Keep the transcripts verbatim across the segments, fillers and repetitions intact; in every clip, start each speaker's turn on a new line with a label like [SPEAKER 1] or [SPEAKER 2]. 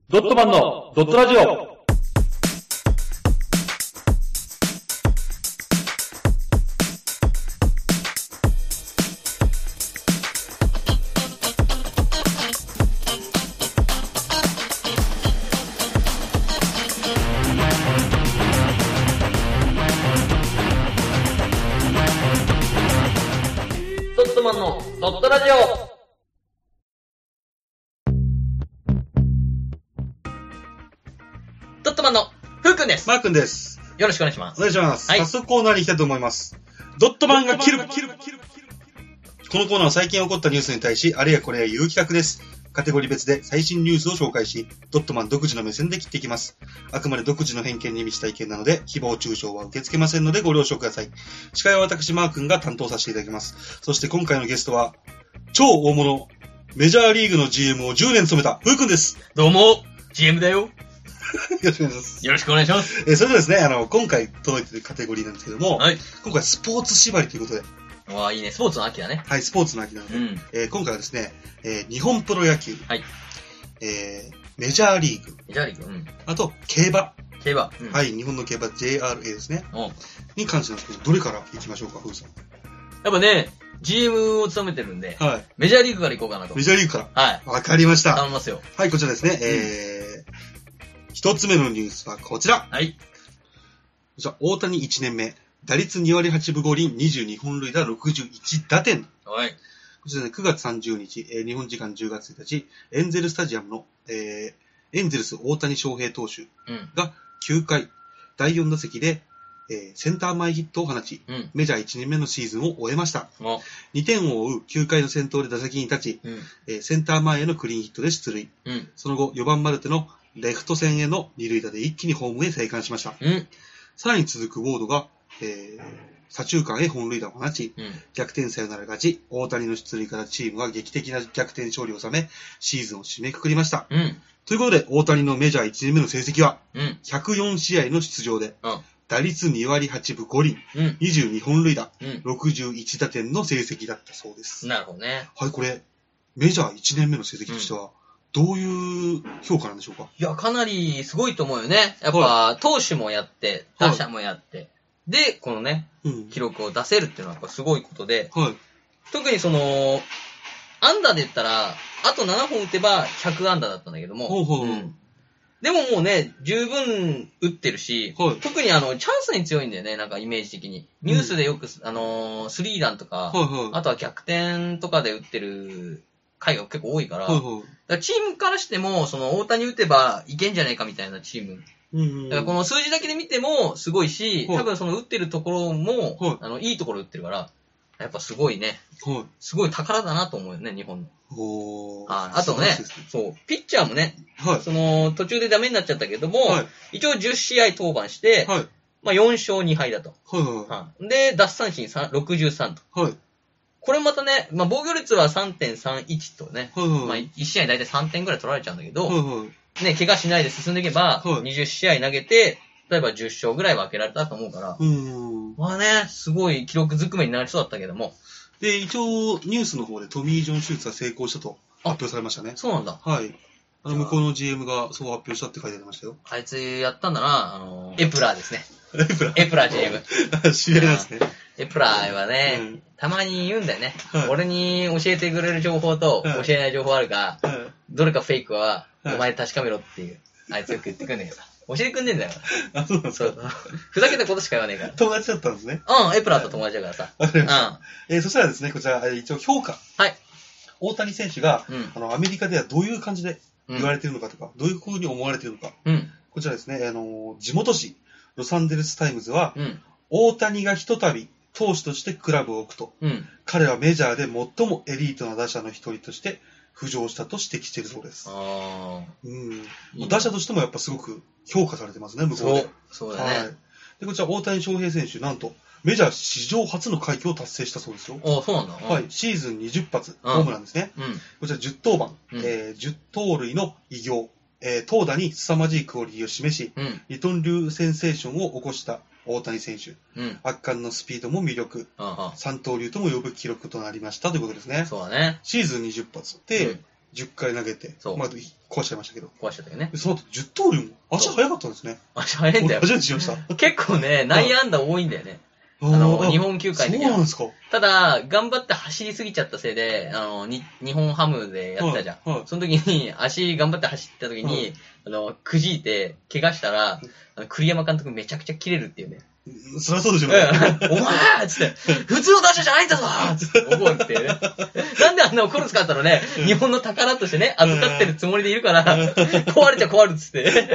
[SPEAKER 1] ドットマンのドットラジオ。
[SPEAKER 2] ドットマンのドットラジオ。ドットマンのふうくんです。
[SPEAKER 3] マーくんです。
[SPEAKER 2] よろしくお願いします。
[SPEAKER 3] お願いします。
[SPEAKER 2] はい、
[SPEAKER 3] 早速コーナーに行きたいと思います。ドットマンが切る。このコーナーは最近起こったニュースに対し、あれやこれや言う企画です。カテゴリー別で最新ニュースを紹介し、ドットマン独自の目線で切っていきます。あくまで独自の偏見に満ちた意見なので、誹謗中傷は受け付けませんのでご了承ください。司会は私マーくんが担当させていただきます。そして今回のゲストは、超大物、メジャーリーグの ジーエム をじゅうねん務めたふうくんです。
[SPEAKER 2] どうも、ジーエム だよ。
[SPEAKER 3] よろしくお願いします。
[SPEAKER 2] よろしくお願いします。
[SPEAKER 3] えー、それではですね、あの、今回届いているカテゴリーなんですけども、
[SPEAKER 2] はい、
[SPEAKER 3] 今回スポーツ縛りということで。
[SPEAKER 2] わあ、いいね。スポーツの秋だね。
[SPEAKER 3] はい、スポーツの秋なので、
[SPEAKER 2] うん
[SPEAKER 3] えー、今回はですね、えー、日本プロ野球、
[SPEAKER 2] はい、
[SPEAKER 3] えー、メジャーリーグ、
[SPEAKER 2] メジャーリーグ、うん、
[SPEAKER 3] あと競馬、
[SPEAKER 2] 競馬、うん、
[SPEAKER 3] はい、日本の競馬 ジェイアールエー ですね、
[SPEAKER 2] うん、
[SPEAKER 3] に関してなんですけど、どれから行きましょうか、ふうさん。
[SPEAKER 2] やっぱね、ジーエム を務めてるんで、
[SPEAKER 3] はい、
[SPEAKER 2] メジャーリーグから行こうかなと。
[SPEAKER 3] メジャーリーグから。
[SPEAKER 2] はい。
[SPEAKER 3] わかりました。
[SPEAKER 2] 頼みますよ。
[SPEAKER 3] はい、こちらですね、えー、一つ目のニュースはこちら。
[SPEAKER 2] はい。
[SPEAKER 3] じゃあ、大谷いちねんめ。打率にわりはちぶごりん、にじゅうにほんるいだ、ろくじゅういちだてん。
[SPEAKER 2] はい。
[SPEAKER 3] こちらね、くがつさんじゅうにち、えー、日本時間じゅうがつついたち、エンゼルスタジアムの、えー、エンゼルス大谷翔平投手がきゅうかい、だいよんだせきで、えー、センター前ヒットを放ち、うん、メジャーいちねんめのシーズンを終えました。にてんを追うきゅうかいの先頭で打席に立ち、うんえー、センター前へのクリーンヒットで出塁。うん、その後、よばんマルテのレフト線への二塁打で一気にホームへ生還しました。うん、さらに続くウォードが、えー、左中間へ本塁打を放ち、うん、逆転サヨナラ勝ち、大谷の出塁からチームは劇的な逆転勝利を収め、シーズンを締めくくりました。うん、ということで、大谷のメジャーいちねんめの成績は、うん、ひゃくよんしあいの出場で、うん打率にわりはちぶごりん、うん、にじゅうにほんるいだ、うん、ろくじゅういちだてんの成績だったそうです。
[SPEAKER 2] なるほどね。
[SPEAKER 3] はい、これ、メジャーいちねんめの成績としては、どういう評価なんでしょうか？
[SPEAKER 2] いや、かなりすごいと思うよね。やっぱ、はい、投手もやって、打者もやって、はい、で、このね、うん、記録を出せるっていうのはやっぱすごいことで、はい、特にその、安打で言ったら、あとななほん打てばひゃくあんだだったんだけども、ほうほううんでももうね、十分打ってるし、はい、特にあの、チャンスに強いんだよね、なんかイメージ的に。ニュースでよく、うん、あのー、スリーランとか、はいはい、あとは逆転とかで打ってる回が結構多いから、はいはい、だからチームからしても、その大谷打てばいけんじゃないかみたいなチーム。うんうん、だからこの数字だけで見てもすごいし、はい、多分その打ってるところも、はい、あの、いいところ打ってるから、やっぱすごいね、はい、すごい宝だなと思うよね、日本の。おあ, あとね、そう、ピッチャーもね、はい、その途中でダメになっちゃったけども、はい、一応じゅっしあい登板して、はい、まあよんしょうにはいだと。はいはいはい、で、奪三振ろくじゅうさんと。はい、これまたね、まあ防御率は さんてんさんいち とね、はいはい、まあいちしあいだいたいさんてんぐらい取られちゃうんだけど、はいはい、ね、怪我しないで進んでいけば、はい、にじゅっしあい投げて、例えばじゅっしょうぐらいは開けられたと思うから、うんまあね、すごい記録ずくめになりそうだったけども。
[SPEAKER 3] で、一応ニュースの方でトミー・ジョン手術が成功したと発表されましたね。
[SPEAKER 2] そうなんだ。
[SPEAKER 3] はい。あの、向こうの ジーエム がそう発表したって書いてありましたよ。
[SPEAKER 2] あいつやったんだな、あの、エプラーですね。エプラーエプラー ジーエム。
[SPEAKER 3] 知り合いなんですね。
[SPEAKER 2] エプラーはね、うん、たまに言うんだよね、はい。俺に教えてくれる情報と教えない情報あるか、はい、どれかフェイクはお前確かめろっていう、あいつよく言ってくんねえけどさ。教えてくんねえんだよ。
[SPEAKER 3] あ、そうなんですか。
[SPEAKER 2] ふざけたことしか言わねえから。
[SPEAKER 3] 友達だったんですね。
[SPEAKER 2] うん、エプラーと友達だからさ。
[SPEAKER 3] わかりました。うん。えー、そしたらですね、こちら、一応評価。はい。大谷選手が、うん、あの、アメリカではどういう感じで言われているのかとか、うん、どういう風に思われているのか。うん。こちらですね、あの、地元紙、ロサンゼルスタイムズは、うん、大谷がひとたび投手としてクラブを置くと、うん、彼はメジャーで最もエリートな打者の一人として、浮上したと指摘しているそうです。あうん、いい打者としてもやっぱすごく評価されてますね、向こうで。
[SPEAKER 2] そう、そうだね。はい。
[SPEAKER 3] で、こちら大谷翔平選手、なんと、メジャー史上初の快挙を達成したそうですよ。
[SPEAKER 2] ああ、そうなんだ。
[SPEAKER 3] はい。シーズンにじゅっぱつ、ホームランですね。うん。こちらじゅうとうばん、うん、えー、じゅうとうるいの偉業、えー、投打に凄まじいクオリティを示し、うん、二刀流センセーションを起こした大谷選手、うん、圧巻のスピードも魅力、三刀流とも呼ぶ記録となりましたということですね。
[SPEAKER 2] そうだね。
[SPEAKER 3] シーズンにじゅっぱつで、うんじゅっかい投げて、まあ、壊しちゃいましたけど。
[SPEAKER 2] 壊しちゃったよね。
[SPEAKER 3] その後じゅう盗塁も足早かったんですね。
[SPEAKER 2] 足早いんだよ。
[SPEAKER 3] 初めて知りました。
[SPEAKER 2] 結構ね、内野安打多いんだよね。あの、日本球界的には。
[SPEAKER 3] そうなんですか。
[SPEAKER 2] ただ、頑張って走りすぎちゃったせいで、あの、に、日本ハムでやったじゃん。はいはい、その時に、足頑張って走った時に、はい、あの、くじいて、怪我したら、あの栗山監督めちゃくちゃキレるっていうね。
[SPEAKER 3] そりゃそうでしょうね。
[SPEAKER 2] お前ーつって、普通の打者じゃないんだぞーつって怒るっていうね。なんであんな怒るんですかって言ったらね、日本の宝としてね、預かってるつもりでいるから、壊れちゃ壊るっつって、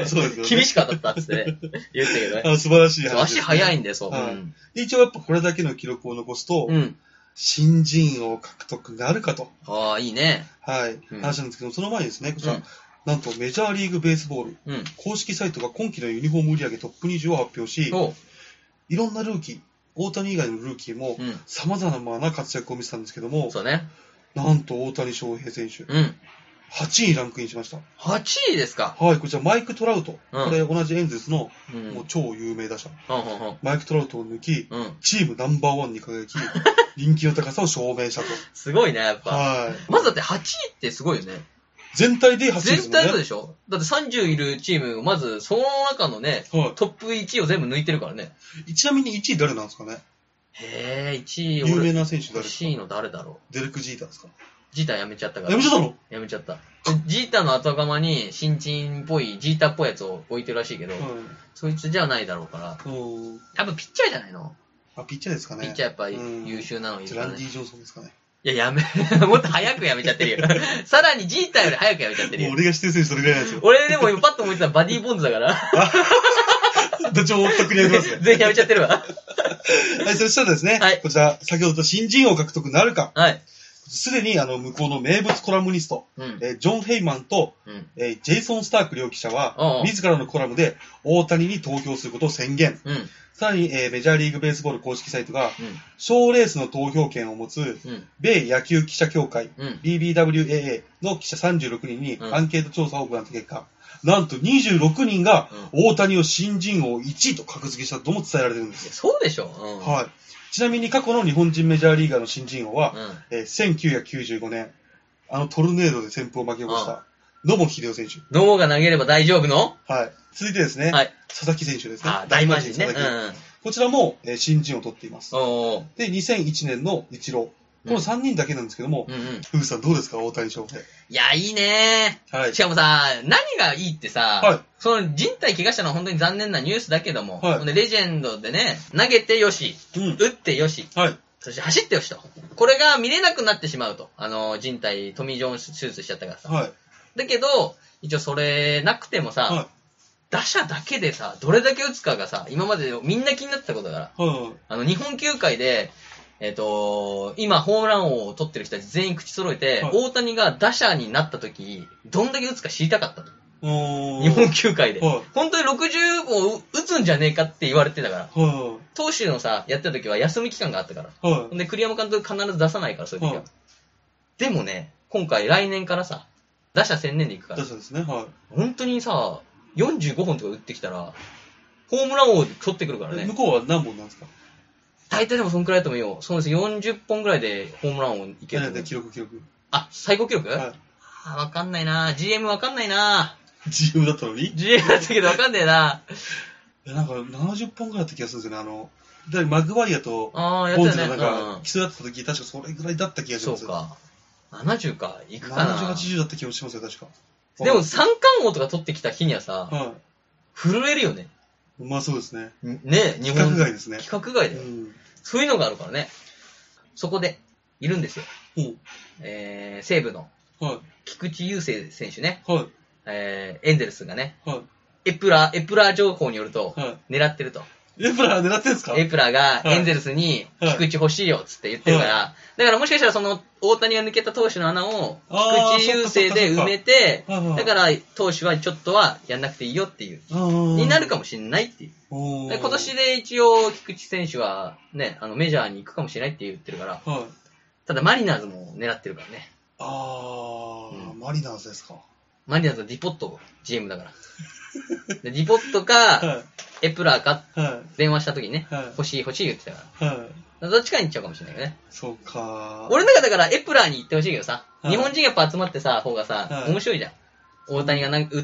[SPEAKER 2] そうですよね、厳しかったっつってね、言ったけどね。
[SPEAKER 3] あ、素晴らしい話ですね。
[SPEAKER 2] 足速いんだよ、そう。
[SPEAKER 3] はい、うん、一応やっぱこれだけの記録を残すと、うん、新人王獲得なるかと。
[SPEAKER 2] ああ、いいね。
[SPEAKER 3] はい、うん。話なんですけど、その前にですね、こちら、うん、なんとメジャーリーグベースボール、うん、公式サイトが今季のユニフォーム売上トップにじゅうを発表し、いろんなルーキー、大谷以外のルーキーも様々な活躍を見せたんですけども、
[SPEAKER 2] そうね。
[SPEAKER 3] なんと大谷翔平選手、うん、はちいにランクインしました。
[SPEAKER 2] はちいですか。
[SPEAKER 3] はい、こちらマイク・トラウト、うん、これ同じエンゼルスの、うん、もう超有名打者、うんうんうん、マイク・トラウトを抜き、うん、チームナンバーワンに輝き、人気の高さを証明したと。
[SPEAKER 2] すごいね、やっぱ。はい。まずだってはちいってすごいよね。
[SPEAKER 3] 全体ではちいですもんね。
[SPEAKER 2] 全体でしょ。だってさんじゅういるチーム、まずその中のね、はい、トップいちいを全部抜いてるからね。
[SPEAKER 3] ちなみにいちい誰なんですかね。
[SPEAKER 2] へぇ、いちい
[SPEAKER 3] 有名な選手誰ですか。
[SPEAKER 2] 欲しいの誰だろう。
[SPEAKER 3] デレク・ジーターですか。
[SPEAKER 2] ジーターやめちゃったから。
[SPEAKER 3] やめちゃったの。
[SPEAKER 2] やめちゃった。ジーターの後釜に新人っぽい、ジーターっぽいやつを置いてるらしいけど、はい、そいつじゃないだろうから。多分ピッチャーじゃないの。
[SPEAKER 3] あ、ピッチャーですかね。
[SPEAKER 2] ピッチャーやっぱり優秀なのいるからね。
[SPEAKER 3] ランディ・ジョンソンですかね。
[SPEAKER 2] いや、やめ、もっと早くやめちゃってるよ。さらにジーターより早くやめちゃってるよ。
[SPEAKER 3] もう俺が知ってる選手それぐらいなんですよ。
[SPEAKER 2] 俺でも今パッと思いついたのバディ・ボンズだから。
[SPEAKER 3] どっちもとっくにやりますよ。
[SPEAKER 2] 全員やめちゃってるわ。
[SPEAKER 3] はい、そしたらですね、はい、こちら、先ほどと新人王獲得なるか。はい。すでに、あの、向こうの名物コラムニスト、うん、えー、ジョン・ヘイマンと、うん、えー、ジェイソン・スターク両記者は、おうおう自らのコラムで大谷に投票することを宣言。うん、さらに、えー、メジャーリーグベースボール公式サイトが、賞、うん、レースの投票権を持つ、うん、米野球記者協会、うん、ビービーダブリューエーエー の記者さんじゅうろくにんにアンケート調査を行った結果、うん、なんとにじゅうろくにんが大谷を新人王いちいと格付けしたとも伝えられてるんですよ。
[SPEAKER 2] そうでしょ、うん、
[SPEAKER 3] はい。ちなみに過去の日本人メジャーリーガーの新人王は、うんえー、せんきゅうひゃくきゅうじゅうごねん、あのトルネードで旋風を巻き起こした、野茂英雄選手。
[SPEAKER 2] 野茂が投げれば大丈夫の
[SPEAKER 3] はい。続いてですね、はい、佐々木選手ですね。
[SPEAKER 2] あ、大魔神ね。うん、
[SPEAKER 3] こちらも、えー、新人を取っています。おで、にせんいちねんのイチロー。このさんにんだけなんですけども、うんうん、ふうさんどうですか、大谷翔平。
[SPEAKER 2] いや、いいねー。はい。しかもさ、何がいいってさ、はい、その人体怪我したのは本当に残念なニュースだけども、はい、でレジェンドでね、投げてよし、うん、打ってよし、はい、そして走ってよしと。これが見れなくなってしまうと。あの、人体、トミー・ジョン手術しちゃったからさ。はい、だけど、一応それなくてもさ、はい、打者だけでさ、どれだけ打つかがさ、今までみんな気になってたことだから、はい、あの、日本球界で、えっと、今、ホームラン王を取ってる人たち全員口揃えて、はい、大谷が打者になった時、どんだけ打つか知りたかったと。日本球界で、はい。本当にろくじゅうご打つんじゃねえかって言われてたから。はい、投手のさ、やってた時は休み期間があったから。はい、で、栗山監督必ず出さないから、そういう時は。はい、でもね、今回来年からさ、打者専念でいくから。
[SPEAKER 3] 打者ですね、はい。
[SPEAKER 2] 本当にさ、よんじゅうごほんとか打ってきたら、ホームラン王取ってくるからね。
[SPEAKER 3] 向こうは何本なんですか？
[SPEAKER 2] 大体でもそんくらいだと思うよ。そうです。よんじゅっぽんくらいでホームランをいける。
[SPEAKER 3] 記録記録。
[SPEAKER 2] あ、最高記録？はい。あ、わかんないな ジーエム わかんないな
[SPEAKER 3] ジーエム だったのに
[SPEAKER 2] ?ジーエム だったけどわかんねえな。
[SPEAKER 3] いや、なんかななじゅっぽんくらいだった気がするんですよね。あの、だマグワイアとボンズがなんか競い合ってた時、確かそれぐらいだった気がします。
[SPEAKER 2] そうか。ななじゅうか。いくかな。
[SPEAKER 3] ななじゅう、はちじゅうだった気がしますよ、確か。
[SPEAKER 2] でも三冠王とか取ってきた日にはさ、はい、震えるよね。
[SPEAKER 3] まあそうですね。
[SPEAKER 2] ね、
[SPEAKER 3] 日本。規格外ですね。
[SPEAKER 2] 規格外だよ。うんそういうのがあるからね。そこで、いるんですよ。うん、えー、西武の、はい、菊池雄星選手ね。はい、えー、エンゼルスがね、はい、エプラ、エプラ情報によると、はい、狙ってると。
[SPEAKER 3] エプラ狙ってるんですか？
[SPEAKER 2] エプラがエンゼルスに菊池欲しいよっつって言ってるから、はい、だからもしかしたらその大谷が抜けた投手の穴を菊池雄星で埋めて、だから投手はちょっとはやんなくていいよっていう、になるかもしれないっていう。で今年で一応菊池選手はね、あのメジャーに行くかもしれないって言ってるから、はい、ただマリナーズも狙ってるからね。
[SPEAKER 3] あー、うん、マリナーズですか。
[SPEAKER 2] マリナーズはディポット ジーエム だから。でディポットか、はい、エプラーか、はい、電話した時にね、はい、欲しい欲しい言ってたから。はい、どっちかに行っちゃうかもしれないよね。
[SPEAKER 3] そうか。
[SPEAKER 2] 俺の中だからエプラーに行ってほしいけどさ。 日本人やっぱ集まってさ、方がさ、面白いじゃん。大谷が打って、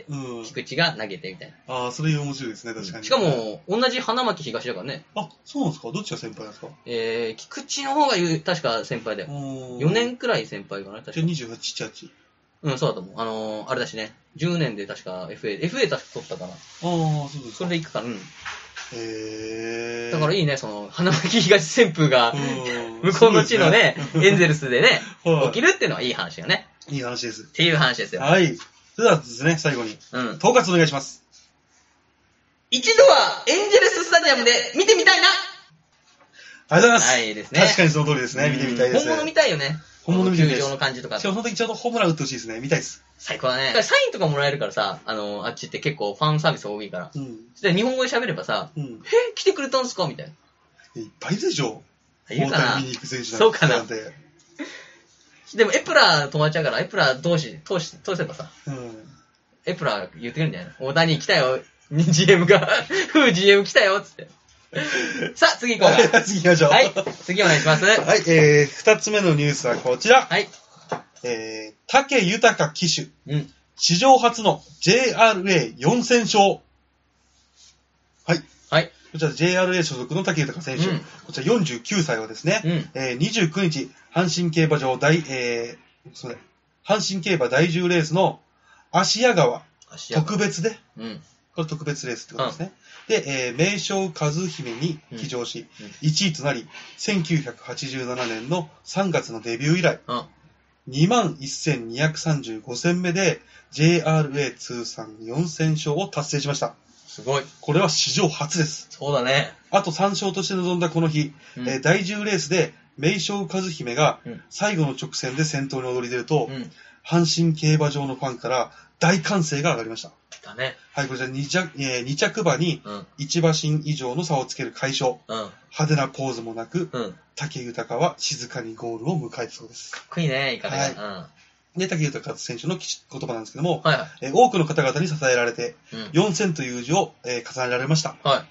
[SPEAKER 2] 菊池が投げてみたいな。
[SPEAKER 3] ああ、それ面白いですね、確かに。
[SPEAKER 2] しかも、同じ花巻東だからね。
[SPEAKER 3] あ、そうなんですか？どっちが先輩なんですか？
[SPEAKER 2] えー、菊池の方が確か先輩だよ。よねんくらい先輩かな、確か。
[SPEAKER 3] じゃあにじゅうはち、ななじゅうはち。
[SPEAKER 2] うん、そうだと思う。あのー、あれだしね。じゅうねんで確か エフエー、エフエー 確か取ったかな。ああ、
[SPEAKER 3] そうですか。
[SPEAKER 2] それで行くから、うん。
[SPEAKER 3] へー。
[SPEAKER 2] だからいいね、その、花巻東旋風が、向こうの地のね、エンゼルスでね、起きるっていうのはいい話よね。
[SPEAKER 3] いい話です。
[SPEAKER 2] っていう話ですよ。
[SPEAKER 3] はい。それではですね、最後に、うん。統括お願いします。
[SPEAKER 2] 一度はエンジェルススタジアムで見てみたいな。
[SPEAKER 3] ありがとうございます。
[SPEAKER 2] はいですね。
[SPEAKER 3] 確かにその通りですね。見てみたいです。
[SPEAKER 2] 本物見たいよね。
[SPEAKER 3] 本物見てみたいです。
[SPEAKER 2] 球場の感じとか。
[SPEAKER 3] しかもその時ちょうどホームラン打ってほしいですね。見たいです。
[SPEAKER 2] 最高だね。サインとかもらえるからさ、あの、あっちって結構ファンサービス多いから。うん。そして日本語で喋ればさ、うん、え、来てくれたんすかみたいな。
[SPEAKER 3] いっぱいでしょ。
[SPEAKER 2] いるかな。
[SPEAKER 3] 大谷見に行く選手なんて。
[SPEAKER 2] そうかな。でもエプラ止まっちゃうから、エプラ通し、通し、通せばさ、うん、エプラ言ってくるんじゃないの？大谷来たよ、ジーエム が、ふう ジーエム 来たよ、つって。さあ、次行こうか。
[SPEAKER 3] 次行きましょう。
[SPEAKER 2] はい、次お願いします。
[SPEAKER 3] はい、えー、二つ目のニュースはこちら。
[SPEAKER 2] はい。
[SPEAKER 3] えー、武豊騎手。うん。史上初の ジェイアールエーよんせん勝。はい。はい。こちら ジェイアールエー 所属の武豊選手、うん、こちらよんじゅうきゅうさいはですね、うん、えー、にじゅうくにち、阪神競馬場大、えー、それ、阪神競馬第じゅうレースの芦屋川、特別で、うん、これ特別レースってことですね。うん、で、えー、名将和姫に騎乗し、うんうん、いちいとなり、せんきゅうひゃくはちじゅうななねんのさんがつのデビュー以来、うん、にまんせんにひゃくさんじゅうごせんめで ジェイアールエー 通算よんせん勝を達成しました。
[SPEAKER 2] すごい。
[SPEAKER 3] これは史上初です。
[SPEAKER 2] そうだね。
[SPEAKER 3] あとさん勝として臨んだこの日、うん、えー、だいじゅうレースで名将和姫が最後の直線で先頭に躍り出ると、うん、阪神競馬場のファンから大歓声が上がりました。
[SPEAKER 2] だね。
[SPEAKER 3] はい、こちら 2, 着、えー、に着馬にいち馬身以上の差をつける快勝。うん、派手なポーズもなく、うん、武豊は静かにゴールを迎えたそうです。
[SPEAKER 2] かっこいいね、いかが、はい、
[SPEAKER 3] うんで、武豊選手の言葉なんですけども、はいはいえー、多くの方々に支えられて、うん、よんせんという字を、えー、重ねられました、はい。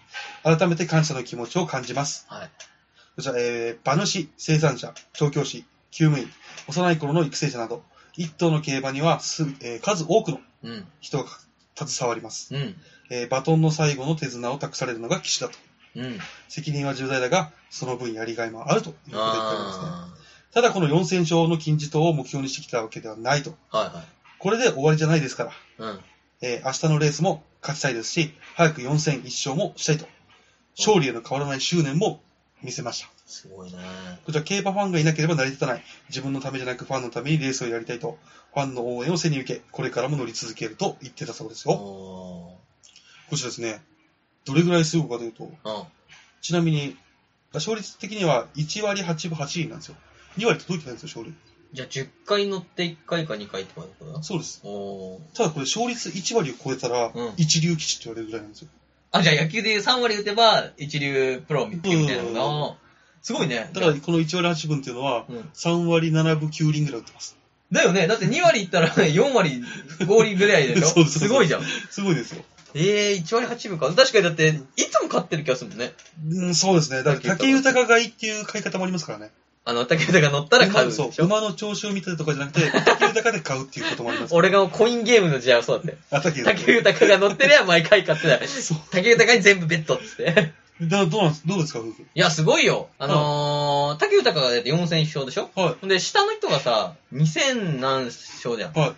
[SPEAKER 3] 改めて感謝の気持ちを感じます。はい、こちら、えー、馬主、生産者、調教師、厩務員、幼い頃の育成者など、一頭の競馬にはす、えー、数多くの人が携わります、うんえー。バトンの最後の手綱を託されるのが騎手だと。うん、責任は重大だが、その分やりがいもあるということで言っておりますね。ただこのよんせん勝の金字塔を目標にしてきたわけではないと。はいはい、これで終わりじゃないですから、うんえー、明日のレースも勝ちたいですし、早くよんせんいち勝もしたいと。勝利への変わらない執念も見せました。
[SPEAKER 2] すごいね。
[SPEAKER 3] こちら競馬ファンがいなければ成り立たない。自分のためじゃなくファンのためにレースをやりたいと。ファンの応援を背に受け、これからも乗り続けると言ってたそうですよ。こちらですね、どれぐらいすごいかというと、うん、ちなみに、勝率的にはいちわりはちぶはちりんなんですよ。にわり届いてないんですよ、勝利。
[SPEAKER 2] じゃあじゅっかい乗っていっかいかにかいってことだ？
[SPEAKER 3] そうです。ただこれ勝率いちわりを超えたら、うん、一流騎士って言われるぐらいなんですよ。
[SPEAKER 2] あ、じゃあ野球でいうさんわり打てば一流プロみたいなのが、すごいね。
[SPEAKER 3] だからこのいちわりはちぶんっていうのは、うん、さんわりななぶきゅうりんぐらい打ってます。
[SPEAKER 2] だよね。だってにわりいったらよんわりごりぐらいでしょ。そうそうそうすごいじゃん。
[SPEAKER 3] すごいですよ。
[SPEAKER 2] ええー、いちわりはちぶんか。確かにだって、いつも勝ってる気がするもんね。
[SPEAKER 3] うん、そうですね。だから竹豊買いっていう買い方もありますからね。
[SPEAKER 2] あの、竹豊が乗ったら買うでしょ。
[SPEAKER 3] そう。馬の調子を見たりとかじゃなくて、竹豊で買うっていうこともあります。
[SPEAKER 2] 俺がコインゲームの時代はそうだって。あ、竹豊。竹豊が乗ってりゃ毎回買ってたよ。竹豊に全部ベッドっつって。
[SPEAKER 3] だどうなんどうですか、夫婦。
[SPEAKER 2] いや、すごいよ。あのー、はい、竹豊が出てよんせん勝でしょはい。で、下の人がさ、にせん何勝じゃん。はい。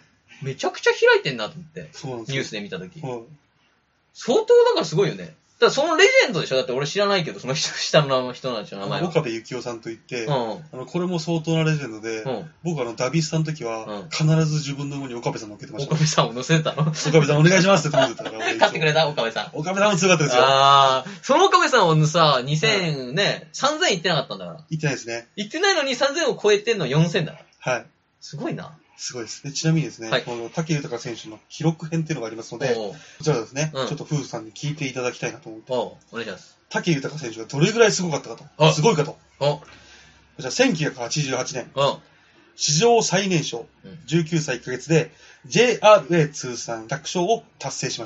[SPEAKER 2] めちゃくちゃ開いてんなと思って。そうなんです。ニュースで見たとき。はい。相当だからすごいよね。だからそのレジェンドでしょだって俺知らないけど、その人、下の人たちの名前は。
[SPEAKER 3] 岡部幸雄さんといって、うん、あの、これも相当なレジェンドで、うん、僕あの、ダビスタの時は、うん、必ず自分の上に岡部さん乗っけてました。
[SPEAKER 2] 岡部さんを乗せてたの岡
[SPEAKER 3] 部さんお願いしますって頼んでたから。
[SPEAKER 2] 買ってくれた岡部さん。
[SPEAKER 3] 岡部さんも強かったですよ。
[SPEAKER 2] ああ、その岡部さんはさ、にせんね、さんぜんいってなかったんだから。
[SPEAKER 3] いってないですね。
[SPEAKER 2] いってないのにさんぜんを超えてんのよんせんだから。はい。すごいな。
[SPEAKER 3] すごいです。でちなみにですね、はい、この武豊選手の記録編っていうのがありますので、こちらですね、うん、ちょっと夫婦さんに聞いていただきたいなと思って。
[SPEAKER 2] お願いします。
[SPEAKER 3] 武豊選手がどれぐらいすごかったかと。すごいかと。こちらせんきゅうひゃくはちじゅうはちねん、史上最年少、じゅうきゅうさいいっかげつで ジェイアールエー 通算ひゃく勝を達成しました。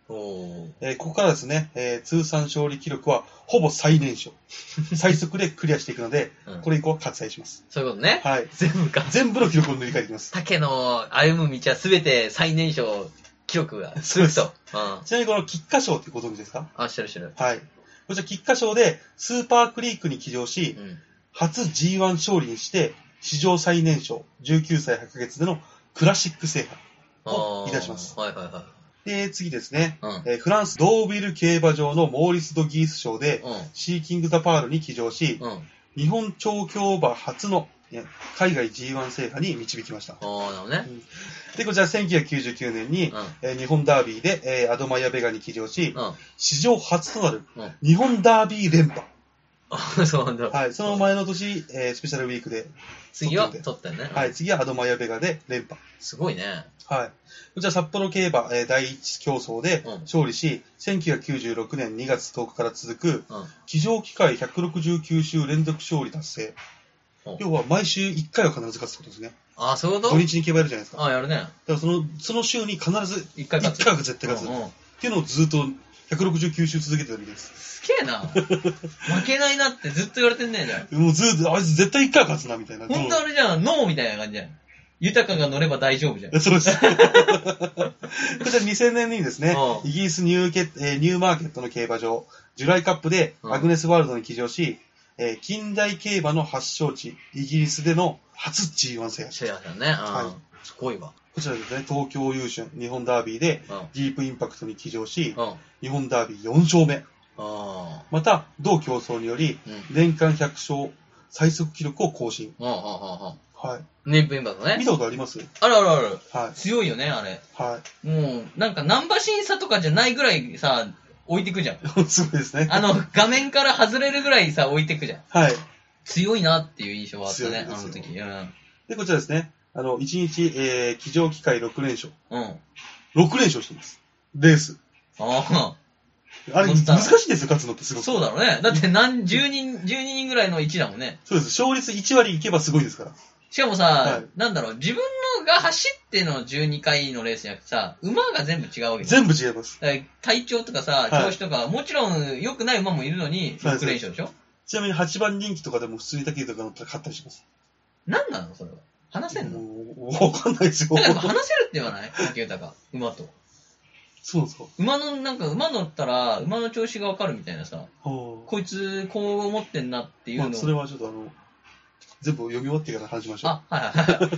[SPEAKER 3] おえー、ここからですね、えー、通算勝利記録はほぼ最年少。最速でクリアしていくので、うん、これ以降は割愛します。
[SPEAKER 2] そういうことね。
[SPEAKER 3] はい。
[SPEAKER 2] 全部か。
[SPEAKER 3] 全部の記録を塗り替えていきます。
[SPEAKER 2] 竹の歩む道はすべて最年少記録が続くと。うん、
[SPEAKER 3] ちなみにこの菊花賞ってご存知ですか？
[SPEAKER 2] あ、知る知る。
[SPEAKER 3] はい。こちら菊花賞でスーパークリークに騎乗し、うん、初 ジーワン 勝利にして、史上最年少、じゅうきゅうさいはちかげつでのクラシック制覇をいたします。
[SPEAKER 2] はいはいはい。
[SPEAKER 3] で、次ですね、うんえー、フランスドービル競馬場のモーリス・ド・ギース賞で、うん、シーキング・ザ・パールに騎乗し、うん、日本調教馬初の、ね、海外 ジーワン 制覇に導きました。
[SPEAKER 2] ああ、なるほどね、うん。
[SPEAKER 3] で、こちらせんきゅうひゃくきゅうじゅうきゅうねんに、うんえー、日本ダービーで、えー、アドマイヤ・ベガに騎乗し、うん、史上初となる日本ダービー連覇。
[SPEAKER 2] あ、そうなんだ。
[SPEAKER 3] はい、その前の年、えー、スペシャルウィークで
[SPEAKER 2] 次は取ったよね。
[SPEAKER 3] はい、次はアドマイヤ・ベガで連覇。
[SPEAKER 2] すごいね。
[SPEAKER 3] はい。こちら札幌競馬、えー、第一競争で勝利し、うん、せんきゅうひゃくきゅうじゅうろくねんにがつとおかから続く、うん、騎乗機会ひゃくろくじゅうきゅうしゅう連続勝利達成。うん、要は毎週いっかいは必ず勝つってことですね。
[SPEAKER 2] ああ、そういうこと？
[SPEAKER 3] 土日に競馬やるじゃないですか。
[SPEAKER 2] ああ、やるね。だ
[SPEAKER 3] からその、その週に必ず
[SPEAKER 2] いっかい勝つ。
[SPEAKER 3] いっかいは絶対勝つ。うんうん、っていうのをずっとひゃくろくじゅうきゅうしゅう続けてたみたいです。
[SPEAKER 2] すげえな。負けないなってずっと言われてんねえじゃん。
[SPEAKER 3] もうずっと、あいつ絶対いっかい勝つなみたいな。
[SPEAKER 2] ほんとあれじゃん、ノーみたいな感じじゃん。豊かが乗れば大丈夫じゃん。
[SPEAKER 3] そうです。こちらにせんねんにですね、イギリスニューケ、えー、ニューマーケットの競馬場、ジュライカップでアグネスワールドに騎乗し、えー、近代競馬の発祥地、イギリスでの初 ジーワン 制覇。
[SPEAKER 2] 制覇だね。はい。すごいわ。
[SPEAKER 3] こちらですね、東京優春、日本ダービーで、ディープインパクトに騎乗し、日本ダービーよんしょうめ。また、同競争により、年間ひゃく勝最速記録を更新。
[SPEAKER 2] はい。ネープインパクトね。
[SPEAKER 3] 見たことあります？
[SPEAKER 2] あるあるある。はい。強いよね、あれ。
[SPEAKER 3] はい。
[SPEAKER 2] もう、なんか、ナンバ審査とかじゃないぐらいさ、置いてくじゃん。
[SPEAKER 3] すごいですね。
[SPEAKER 2] あの、画面から外れるぐらいさ、置いてくじゃん。
[SPEAKER 3] はい。
[SPEAKER 2] 強いなっていう印象はあったね、あの時。うん。
[SPEAKER 3] で、こちらですね。あの、いちにち、えー、騎乗機会ろくれんしょう。うん。ろくれんしょうしてます。レース。
[SPEAKER 2] ああ。
[SPEAKER 3] あれ、難しいですよ、勝つのってすごく。
[SPEAKER 2] そうだろうね。だって何、じゅうにん、じゅうににんぐらいのいちだもんね。
[SPEAKER 3] そうです。勝率いちわりいけばすごいですから。
[SPEAKER 2] しかもさ、はい、なんだろう、自分のが走ってのじゅうにかいのレースじゃなくてさ、馬が全部違うわけ
[SPEAKER 3] 全部違います。
[SPEAKER 2] 体調とかさ、調子とか、はい、もちろん良くない馬もいるのに、ろくれんしょうでしょ？
[SPEAKER 3] ちなみにはちばん人気とかでも普通に竹とか乗ったら勝ったりします。
[SPEAKER 2] 何なのそれは。話せんの？
[SPEAKER 3] わかんないですよ。
[SPEAKER 2] なんか話せるって言わない？竹豊、馬と。
[SPEAKER 3] そうですか。
[SPEAKER 2] 馬の、なんか馬乗ったら、馬の調子がわかるみたいなさ、こいつこう思ってんなっていうのを。
[SPEAKER 3] まあ、それはちょっとあの、全部読み終わってから話しましょう。
[SPEAKER 2] あ、はいはいはい。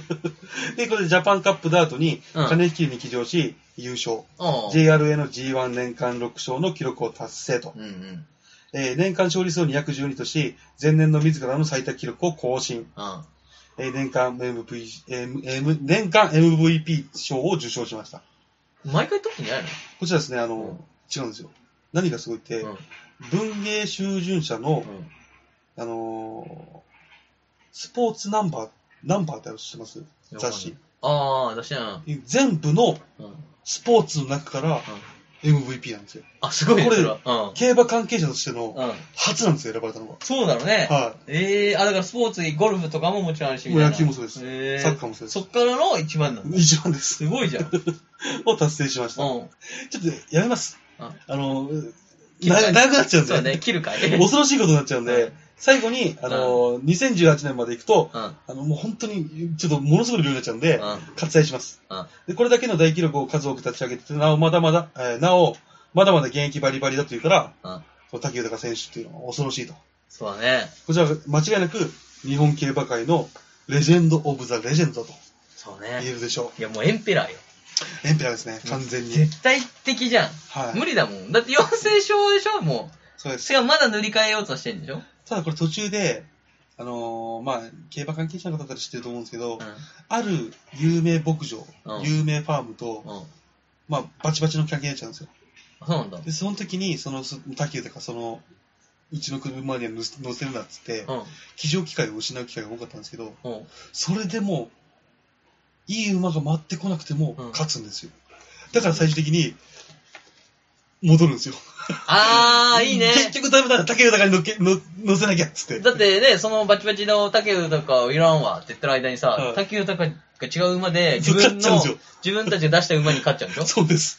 [SPEAKER 3] で、これでジャパンカップダートに、金引きに騎乗し、優勝。うん、ジェイアールエー の ジーワン 年間ろくしょうの記録を達成と。うんうんえー、年間勝利数をにひゃくじゅうにとし、前年の自らの最多記録を更新。うんえー、年間 エムブイピー、えー、年間 エムブイピー 賞を受賞しました。
[SPEAKER 2] 毎回取ってんじゃないの？
[SPEAKER 3] こちらですね、あの、うん、違うんですよ。何がすごいって、うん、文芸集順社の、うん、あのー、スポーツナンバー、ナンバーってあるの知ってます？雑誌。
[SPEAKER 2] ああ、雑誌やん。
[SPEAKER 3] 全部のスポーツの中から エムブイピー なんですよ。
[SPEAKER 2] あ、すごいね。
[SPEAKER 3] これ、うん、競馬関係者としての初なんですよ、選ばれたのが。
[SPEAKER 2] そうだろうね。はい。ええー、あ、だからスポーツ、ゴルフとかももちろんあるし、
[SPEAKER 3] 野球もそうです。えー、サッカーもそうです。
[SPEAKER 2] そっからの一番なんだ。
[SPEAKER 3] 一番です。
[SPEAKER 2] すごいじゃん。
[SPEAKER 3] を達成しました。うん。ちょっとやめます。あ, あの、
[SPEAKER 2] 長
[SPEAKER 3] くなっちゃうんで。
[SPEAKER 2] そうね、切るかい。
[SPEAKER 3] 恐ろしいことになっちゃうんで、うん、最後に、あの、うん、にせんじゅうはちねんまで行くと、うん、あの、もう本当に、ちょっとものすごい量になっちゃうんで、うん、割愛します、うんで。これだけの大記録を数多く立ち上げて、なお、まだまだ、えー、なお、まだまだ現役バリバリだと言うから、うん、この竹豊選手っていうのは恐ろしいと。
[SPEAKER 2] そうだね。
[SPEAKER 3] こちら間違いなく、日本競馬界のレジェンド・オブ・ザ・レジェンドと。
[SPEAKER 2] そうね。
[SPEAKER 3] 言えるでしょ
[SPEAKER 2] う。いや、もうエンペラーよ。
[SPEAKER 3] エンペラーですね、完全に。
[SPEAKER 2] 絶対的じゃん。はい。無理だもん。だって養成症でしょもう。そうです。しかもまだ塗り替えようとしてるんでしょ？
[SPEAKER 3] ただこれ途中で、あのー、まあ、競馬関係者の方だったら知ってると思うんですけど、うん、ある有名牧場、うん、有名ファームと、うん、まあ、バチバチの関係になっちゃうんですよ。
[SPEAKER 2] そうなんだ。
[SPEAKER 3] で、その時に、その、竹豊その、うちの車には乗せるなっつって、うん、騎乗機会を失う機会が多かったんですけど、うん、それでも、いい馬が回ってこなくても勝つんですよ。うん、だから最終的に、戻るんですよ。
[SPEAKER 2] あー、いいね。
[SPEAKER 3] 結局ダメだ、竹豊に乗っけ、乗、乗せなきゃっつって。
[SPEAKER 2] だってね、そのバチバチの竹豊をいらんわって言ってる間にさ、はい、竹豊が違う馬で、自分の、自分たちが出した馬に勝っちゃうんでしょ？
[SPEAKER 3] そうです。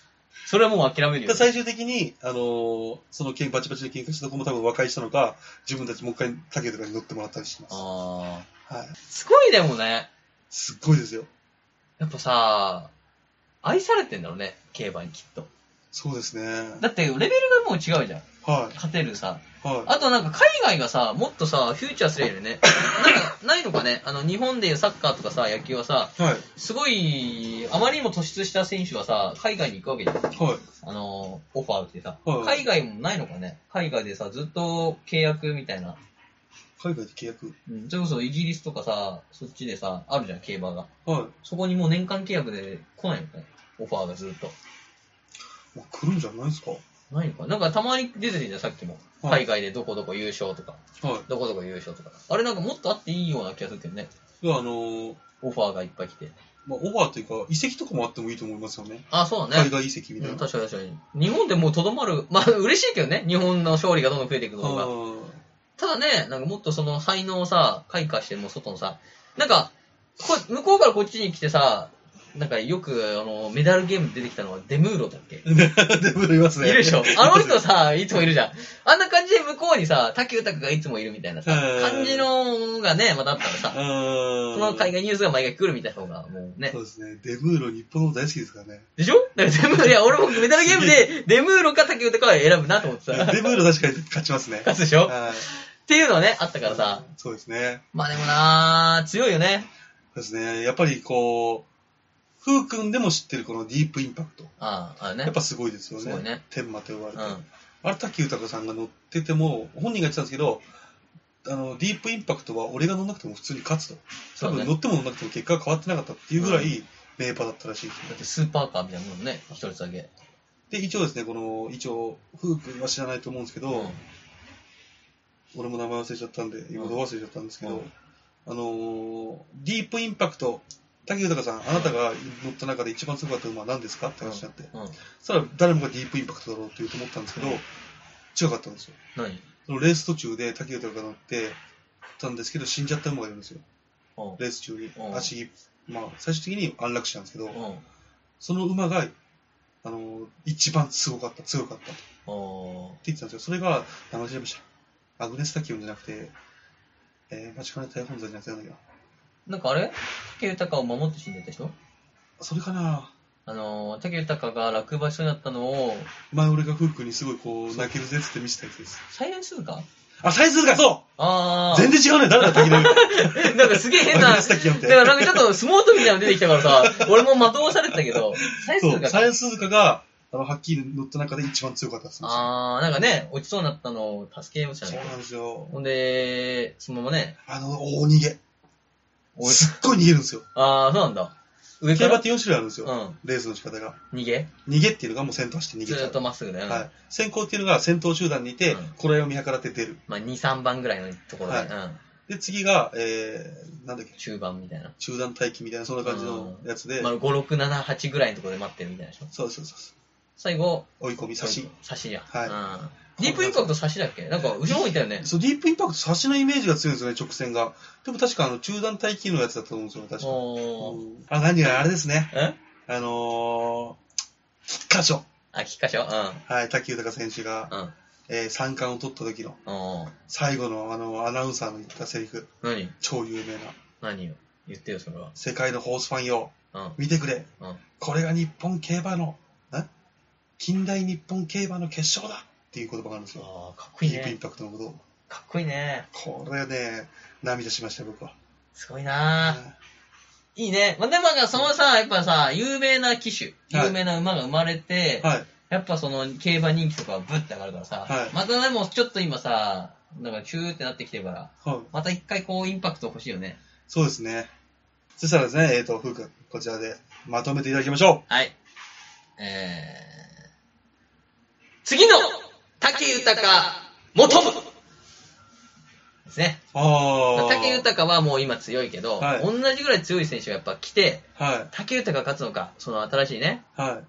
[SPEAKER 2] それはもう諦めるよ、ね。
[SPEAKER 3] 最終的に、あのー、そのバチバチで喧嘩したとこも多分和解したのか、自分たちもう一回竹とかに乗ってもらったりします。あ
[SPEAKER 2] あ。はい。すごいでもね。
[SPEAKER 3] すっごいですよ。
[SPEAKER 2] やっぱさ、愛されてんだろうね、競馬にきっと。
[SPEAKER 3] そうですね。
[SPEAKER 2] だってレベルがもう違うじゃん。はい。勝てるさ。はい。あとなんか海外がさ、もっとさ、フューチャーすればいいよね。なんか、ないのかね、あの、日本でいうサッカーとかさ、野球はさ、はい。すごい、あまりにも突出した選手はさ、海外に行くわけじゃん。はい。あの、オファーってさ。はい。海外もないのかね。海外でさ、ずっと契約みたいな。
[SPEAKER 3] 海外で契約
[SPEAKER 2] うん。それこそイギリスとかさ、そっちでさ、あるじゃん、競馬が。はい。そこにもう年間契約で来ないのかね。オファーがずっと。
[SPEAKER 3] 来るんじゃないですか？
[SPEAKER 2] ないのかなんかたまに出てるじゃん、さっきも。はい、海外でどこどこ優勝とか。はい。どこどこ優勝とか。あれなんかもっとあっていいような気がするけどね。
[SPEAKER 3] いや、あのー、
[SPEAKER 2] オファーがいっぱい来て。
[SPEAKER 3] まあ、オファーというか、移籍とかもあってもいいと思いますよね。
[SPEAKER 2] あ、そうだね。
[SPEAKER 3] 海外移籍みたいな。
[SPEAKER 2] うん、確かに確かに。日本でもうとどまる。まあ、嬉しいけどね。日本の勝利がどんどん増えていくのが。ただね、なんかもっとその才能をさ、開花しても外のさ、なんか、こ向こうからこっちに来てさ、なんかよく、あの、メダルゲームで出てきたのはデムーロだっけデ
[SPEAKER 3] ムーロいますね。
[SPEAKER 2] いるでしょあの人さ、いつもいるじゃん。あんな感じで向こうにさ、竹豊がいつもいるみたいなさ、感じのがね、またあったらさ、その海外ニュースが毎回来るみたいな方が、もうね。
[SPEAKER 3] そうですね。デムーロ日本の大好きですからね。
[SPEAKER 2] でしょだからデムーロ、いや、俺もメダルゲームで、デムーロか竹豊か選ぶなと思ってさ。
[SPEAKER 3] デムーロ確かに勝ちますね。
[SPEAKER 2] 勝つでしょっていうのはね、あったからさ。
[SPEAKER 3] そうですね。
[SPEAKER 2] まあでもなー、強いよね。
[SPEAKER 3] そうですね。やっぱりこう、ふうくんでも知ってるこのディープインパクト。ああ、あれね。やっぱすごいですよね。すごいね。天馬と呼ばれて。うん、あれ、滝豊さんが乗ってても、本人が言ってたんですけど、あの、ディープインパクトは俺が乗んなくても普通に勝つと。多分乗っても乗んなくても結果が変わってなかったっていうぐらい名馬だったらしいですね。
[SPEAKER 2] だってスーパーカーみたいなもんね、一つだけ。
[SPEAKER 3] で、一応ですね、この、一応、ふうくんは知らないと思うんですけど、うん、俺も名前忘れちゃったんで、今どう忘れちゃったんですけど、うん、あのー、ディープインパクト、竹豊さん、あなたが乗った中で一番すごかった馬は何ですかって話になって。うんうん、そしたら誰もがディープインパクトだろうって言うと思ったんですけど、違かったんですよ。何そのレース途中で竹豊が乗ってたんですけど、死んじゃった馬がいるんですよ。うん、レース中に。足、まあ、最終的に安楽死なんですけど、うん、その馬が、あの、一番すごかった、強かったと。って言ってたんですよ。それが、名前知りました。アグネスタキオンじゃなくて、えー、待ちかね大本山じゃなくてなんだっけな。
[SPEAKER 2] なんかあれ竹豊を守って死んでた人
[SPEAKER 3] それかな
[SPEAKER 2] あのー、竹豊が落馬しそうになったのを、
[SPEAKER 3] 前俺がフックにすごいこう、泣けるぜって見せたやつです。
[SPEAKER 2] サイレンスズカ
[SPEAKER 3] あ、サイレンスズカそうあー。全然違うね。誰だったっけ
[SPEAKER 2] なんかすげえ変な、だからなんかちょっと相撲取りみたいなの出てきたからさ、俺も惑わされてたけど、
[SPEAKER 3] サイレンスズカ。サイレンスズカが、あの、はっきり乗った中で一番強かったです。
[SPEAKER 2] あー、なんかね、落ちそうになったのを助けましたね。
[SPEAKER 3] そうなんですよ。
[SPEAKER 2] ほんで、そのままね。
[SPEAKER 3] あの、大逃げ。すっごい逃げるんですよ。
[SPEAKER 2] あー、そうなんだ。
[SPEAKER 3] 上から競馬ってよん種類あるんですよ。うん。レースの仕方が。
[SPEAKER 2] 逃げ
[SPEAKER 3] 逃げっていうのがもう先頭走って逃げちゃう。
[SPEAKER 2] ずっとまっすぐだよね。
[SPEAKER 3] はい。先行っていうのが先頭集団にいて、うん、これを見計らって出る。
[SPEAKER 2] まあ、に、さんばんぐらいのところで。はい。うん。
[SPEAKER 3] で、次が、えー、なんだっけ。
[SPEAKER 2] 中盤みたいな。
[SPEAKER 3] 中段待機みたいな、そんな感じのやつで。うん、
[SPEAKER 2] まあ、ご、ろく、なな、はちぐらいのところで待ってるみたいなでしょ。
[SPEAKER 3] そうそうそう。
[SPEAKER 2] 最後。
[SPEAKER 3] 追い込み、差し。
[SPEAKER 2] 差しや。
[SPEAKER 3] はい。
[SPEAKER 2] うん。ディープインパクト差しだっけなんか、後ろ向いたよね。
[SPEAKER 3] そう、ディープインパクト差しのイメージが強いんですよね、直線が。でも確かあの、中段待機のやつだったと思うんですよ、確か。おー。あ、何があれですね。えあのー、菊花賞。
[SPEAKER 2] あ、菊花賞うん。
[SPEAKER 3] はい、滝豊選手が、うん。えー、三冠を取った時の、最後のあの、アナウンサーの言ったセリフ。
[SPEAKER 2] 何
[SPEAKER 3] 超有名な。
[SPEAKER 2] 何よ。言ってよ、それは。
[SPEAKER 3] 世界のホースファンよ。うん。見てくれ。うん。これが日本競馬の、え近代日本競馬の決勝だっていう言葉があるんですよ。
[SPEAKER 2] ああ、かっこいいね。
[SPEAKER 3] ディープインパクトのこと。
[SPEAKER 2] かっこいいね。
[SPEAKER 3] これね、涙しましたよ、僕は。
[SPEAKER 2] すごいなぁ。いいね。まあ、でもそのさ、やっぱさ、有名な騎手、有名な馬が生まれて、はい、やっぱその競馬人気とかはブッて上がるからさ、はい、またでもちょっと今さ、なんかチューってなってきてるから、はい、また一回こうインパクト欲しいよね。
[SPEAKER 3] そうですね。そしたらですね、えっと、ふうくん、こちらでまとめていただきましょ
[SPEAKER 2] う。はい。えー、次の武豊元部ですね。ああ。武豊はもう今強いけど、はい、同じぐらい強い選手がやっぱ来て、はい、武豊が勝つのか、その新しいね、はい、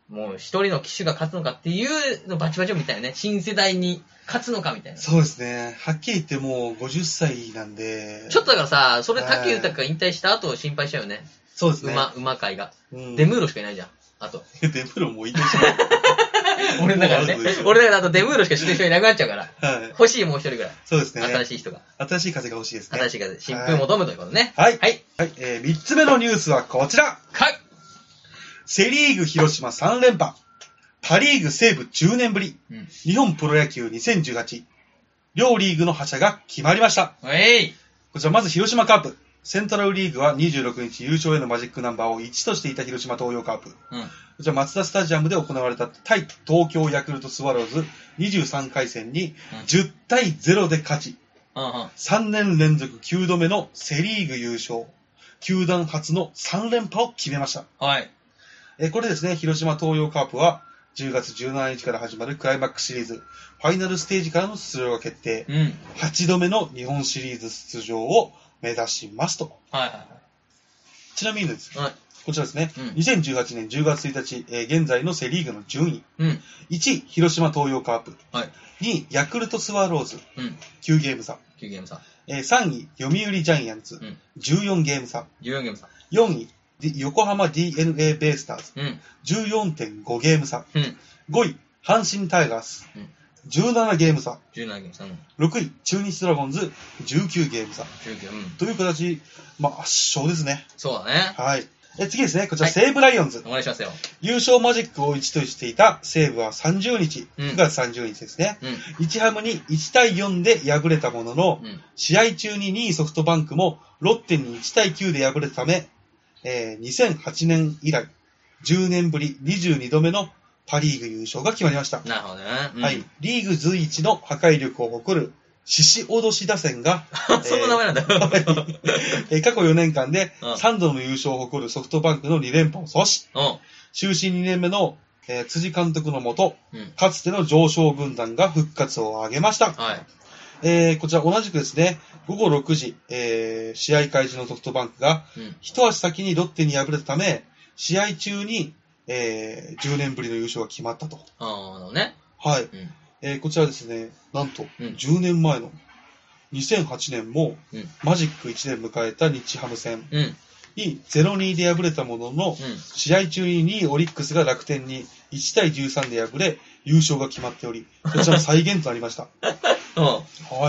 [SPEAKER 2] もう一人の騎手が勝つのかっていうのバチバチみたいなね、新世代に勝つのかみたいな。
[SPEAKER 3] そうですね。はっきり言ってもうごじゅっさいなんで。
[SPEAKER 2] ちょっとだからさ、それ武豊が引退した後心配しちゃうよね。
[SPEAKER 3] そうですね。
[SPEAKER 2] 馬、馬界が。うん、デムーロしかいないじゃん。 あと。
[SPEAKER 3] デムーロもういいでしょ。
[SPEAKER 2] 俺だからね。俺だからあとデムーロしか知ってる人いなくなっちゃうから。はい。欲しいもう一人ぐらい。
[SPEAKER 3] そうですね。
[SPEAKER 2] 新しい人が。
[SPEAKER 3] 新しい風が欲しいですね。
[SPEAKER 2] 新しい風。新風求むということね。
[SPEAKER 3] はい。はい。はい。えー、三つ目のニュースはこちら。
[SPEAKER 2] はい。
[SPEAKER 3] セリーグ広島さん連覇。パリーグ西武じゅうねんぶり。うん、日本プロ野球にせんじゅうはち。両リーグの覇者が決まりました。
[SPEAKER 2] えい。
[SPEAKER 3] こちらまず広島カープ。セントラルリーグはにじゅうろくにち優勝へのマジックナンバーをいちとしていた広島東洋カープ。うん、こちらマツダスタジアムで行われた対東京ヤクルトスワローズにじゅうさんかい戦にじゅうたいゼロで勝ち、うん、さんねん連続きゅうどめのセリーグ優勝。球団初のさん連覇を決めました。
[SPEAKER 2] はい。
[SPEAKER 3] えこれですね、広島東洋カープはじゅうがつじゅうしちにちから始まるクライマックスシリーズ、ファイナルステージからの出場が決定。うん、はちどめの日本シリーズ出場を目指しますと。
[SPEAKER 2] はいはいはい。
[SPEAKER 3] ちなみにです、
[SPEAKER 2] はい、
[SPEAKER 3] こちらですね、うん、にせんじゅうはちねんじゅうがつついたち、えー、現在のセリーグの順位。うん、いちい、広島東洋カープ。はい、にい、ヤクルトスワローズ。うん、きゅうゲーム差。
[SPEAKER 2] きゅうゲーム差。
[SPEAKER 3] えー、さんい、読売ジャイアンツ。うん、じゅうよんゲーム差。
[SPEAKER 2] じゅうよんゲーム差。
[SPEAKER 3] よんい、横浜 ディーエヌエー ベイスターズ。うん、じゅうよんてんごゲーム差。うん、ごい、阪神タイガース。うん、じゅうななゲーム差。
[SPEAKER 2] じゅうななゲーム差。うん、
[SPEAKER 3] ろくい、中日ドラゴンズ、じゅうきゅうゲーム差。
[SPEAKER 2] じゅうきゅう、うん、
[SPEAKER 3] という形、まあ、圧勝ですね。
[SPEAKER 2] そうだね。
[SPEAKER 3] はい。え次ですね、こちら、はい、西武ライオンズ。
[SPEAKER 2] お願いしますよ。
[SPEAKER 3] 優勝マジックをいちとしていた西武はさんじゅうにち、うん、くがつさんじゅうにちですね。うん、日ハムにいちたいよんで敗れたものの、うん、試合中ににいソフトバンクもロッテにいちたいきゅうで敗れたため、えー、にせんはちねん以来、じゅうねんぶりにじゅうにどめのパリーグ優勝が決まりました。
[SPEAKER 2] なるほどね。
[SPEAKER 3] うん、はい。リーグ随一の破壊力を誇る獅子脅し打線が、
[SPEAKER 2] そんな名前なんだよ。
[SPEAKER 3] えー、過去よねんかんでさんどの優勝を誇るソフトバンクのに連覇を阻止。うん、終身にねんめの、えー、辻監督のもと、うん、かつての上昇軍団が復活を挙げました。はい。えー、こちら同じくですね、ごごろくじ、えー、試合開始のソフトバンクが、うん、一足先にロッテに敗れたため、試合中に、えー、じゅうねんぶりの優勝が決まったと。
[SPEAKER 2] ああ、なるほどね。
[SPEAKER 3] はい。うん、えー、こちらですね、なんと、じゅうねんまえのにせんはちねんも、うん、マジックいちねん迎えた日ハム戦に ゼロたいに で敗れたものの、うん、試合中ににいオリックスが楽天にいちたいじゅうさんで敗れ、優勝が決まっており、こちらの再現となりました。うん。はい。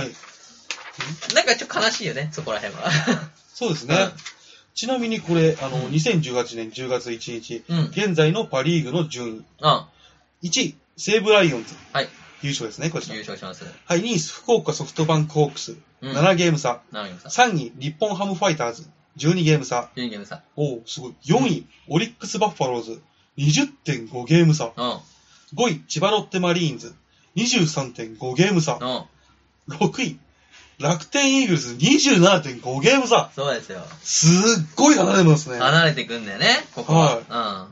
[SPEAKER 2] なんかちょっと悲しいよね、そこら辺は。
[SPEAKER 3] そうですね。うん、ちなみにこれ、あの、うん、にせんじゅうはちねんじゅうがつついたち、うん、現在のパリーグの順位。うん、いちい、西武ライオンズ。はい。優勝ですね、こちら。
[SPEAKER 2] 優勝します。
[SPEAKER 3] はい、にい、福岡ソフトバンクホークス。うん、ななゲーム差。ななゲーム差。さんい、日本ハムファイターズ。じゅうにゲーム差。
[SPEAKER 2] じゅうにゲーム差。
[SPEAKER 3] おー、すごい。よんい、うん、オリックスバッファローズ。にじゅってんごゲーム差。うん、ごい、千葉ロッテマリーンズ。にじゅうさんてんごゲーム差。うん、ろくい、楽天イーグルス にじゅうななてんごゲーム差。
[SPEAKER 2] そうですよ。
[SPEAKER 3] すっごい離れますね。
[SPEAKER 2] 離れてくんだよね、ここは。はい。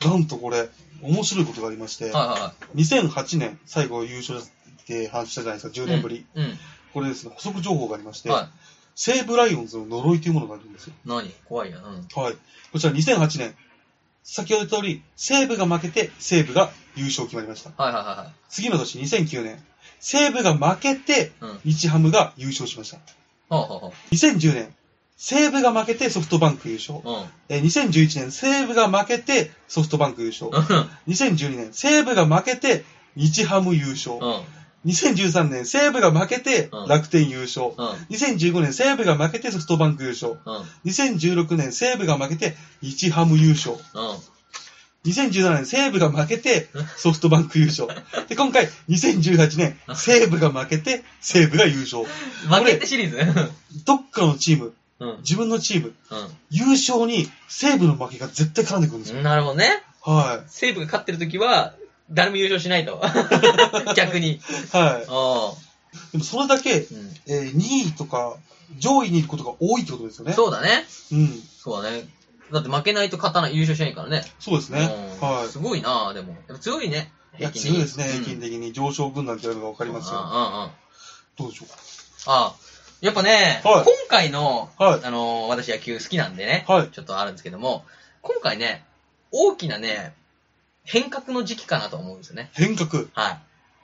[SPEAKER 3] うん。なんとこれ、面白いことがありまして、はいはいはい、にせんはちねん最後優勝って話したじゃないですか、じゅうねんぶり。うんうん、これですね、補足情報がありまして、はい、西武ライオンズの呪いというものがあるんですよ。
[SPEAKER 2] 何怖いや、うん。
[SPEAKER 3] はい。こちらにせんはちねん、先ほど言った通り、西武が負けて西武が優勝決まりました。はいはいはい。次の年にせんきゅうねん、西武が負けて、日ハムが優勝しました。うん、にせんじゅうねん、西武が負けてソフトバンク優勝。うん、えにせんじゅういちねん、西武が負けてソフトバンク優勝。うん、にせんじゅうにねん、西武が負けて日ハム優勝。うん、にせんじゅうさんねん、西武が負けて楽天優勝。うん、にせんじゅうごねん、西武が負けてソフトバンク優勝。うん、にせんじゅうろくねん、西武が負けて日ハム優勝。うん、にせんじゅうななねん、西武が負けてソフトバンク優勝。で、今回、にせんじゅうはちねん、西武が負けて西武が優勝。
[SPEAKER 2] 負けてシリーズ
[SPEAKER 3] どっかのチーム、うん、自分のチーム、うん、優勝に西武の負けが絶対絡んでくるんですよ。
[SPEAKER 2] なるほどね。
[SPEAKER 3] はい。
[SPEAKER 2] 西武が勝ってる時は、誰も優勝しないと。逆に。
[SPEAKER 3] はい。あでもそれだけ、うん、えー、にいとか上位にいることが多いってことですよね。
[SPEAKER 2] そうだね。うん。そうだね。だって負けないと勝たない、優勝しないからね。
[SPEAKER 3] そうですね。
[SPEAKER 2] はい。すごいなぁ、でも。でも強いね。
[SPEAKER 3] いや、強いですね、平均的に。上昇軍団ってやるのがわかりますよ。うんうんうん。どうでしょうか。
[SPEAKER 2] ああ。やっぱね、はい、今回の、はい、あのー、私野球好きなんでね、はい、ちょっとあるんですけども、今回ね、大きなね、変革の時期かなと思うんですよね。
[SPEAKER 3] 変革
[SPEAKER 2] はい。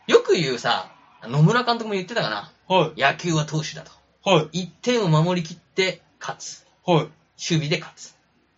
[SPEAKER 2] よく言うさ、野村監督も言ってたかな。はい。野球は投手だと。はい。いってんを守りきって勝つ。はい。守備で勝つ。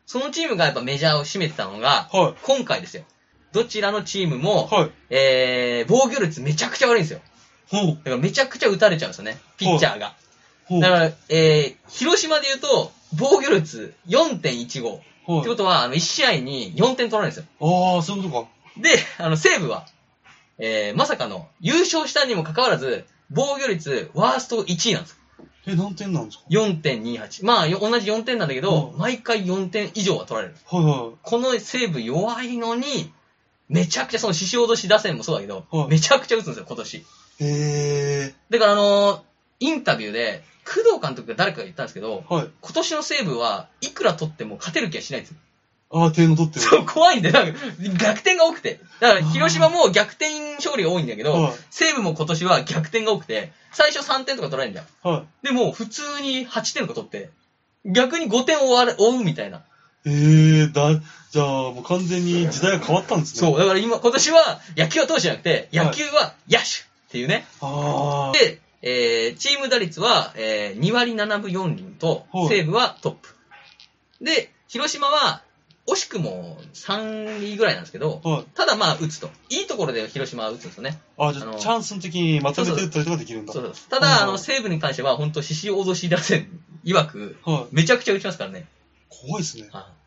[SPEAKER 2] そのチームがやっぱメジャーを占めてたのが、
[SPEAKER 3] はい、
[SPEAKER 2] 今回ですよ。どちらのチームも、
[SPEAKER 3] はい、
[SPEAKER 2] えー、防御率めちゃくちゃ悪いんですよ。
[SPEAKER 3] ほう。
[SPEAKER 2] だからめちゃくちゃ打たれちゃうんですよね、ピッチャーが。だから、えー、広島で言うと、防御率 よんてんいちご。はい、ってことは、あの、いち試合によんてん取られるんです
[SPEAKER 3] よ。ああ、そういうことか。
[SPEAKER 2] で、あの、西武は、えー、まさかの、優勝したにもかかわらず、防御率ワーストいちいなんです。
[SPEAKER 3] え、何点なんですか ?
[SPEAKER 2] よんてんにじゅうはち。まあ、同じよんてんなんだけど、はい、毎回よんてん以上は取られる。
[SPEAKER 3] はいはい。
[SPEAKER 2] この西武弱いのに、めちゃくちゃその獅子落とし打線もそうだけど、
[SPEAKER 3] はい、
[SPEAKER 2] めちゃくちゃ打つんですよ、今年。
[SPEAKER 3] へー。
[SPEAKER 2] だからあのー、インタビューで、工藤監督が誰かが言ったんですけど、はい、今年の西武はいくら取っても勝てる気はしないんですよ。
[SPEAKER 3] ああ、点を取ってる。
[SPEAKER 2] そう、怖いんで、なんか逆転が多くて。だから広島も逆転勝利が多いんだけど、はい、西武も今年は逆転が多くて、最初さんてんとか取られるんだよ。はい、でも普通にはちてんとか取って、逆にごてん追われ追うみたいな。
[SPEAKER 3] えー、だ、じゃあもう完全に時代が変わったんですね。
[SPEAKER 2] そう、だから今、今年は野球は投手じゃなくて、野球は野手っていうね。
[SPEAKER 3] はい、
[SPEAKER 2] で、えー、チーム打率は、えー、にわりななぶよんりんと、西武はトップ。で、広島は、惜しくもさんいぐらいなんですけど、はい、ただまあ打つと。いいところで広島は打つんですよね。
[SPEAKER 3] あ、じゃあチャンスの時にまとめて打ったりとかできるんだ。
[SPEAKER 2] そうそうそう。ただ、あの、西武に関しては、本当獅子脅し打線曰く、はい、めちゃくちゃ打ちますからね。
[SPEAKER 3] 怖いですね。
[SPEAKER 2] はい、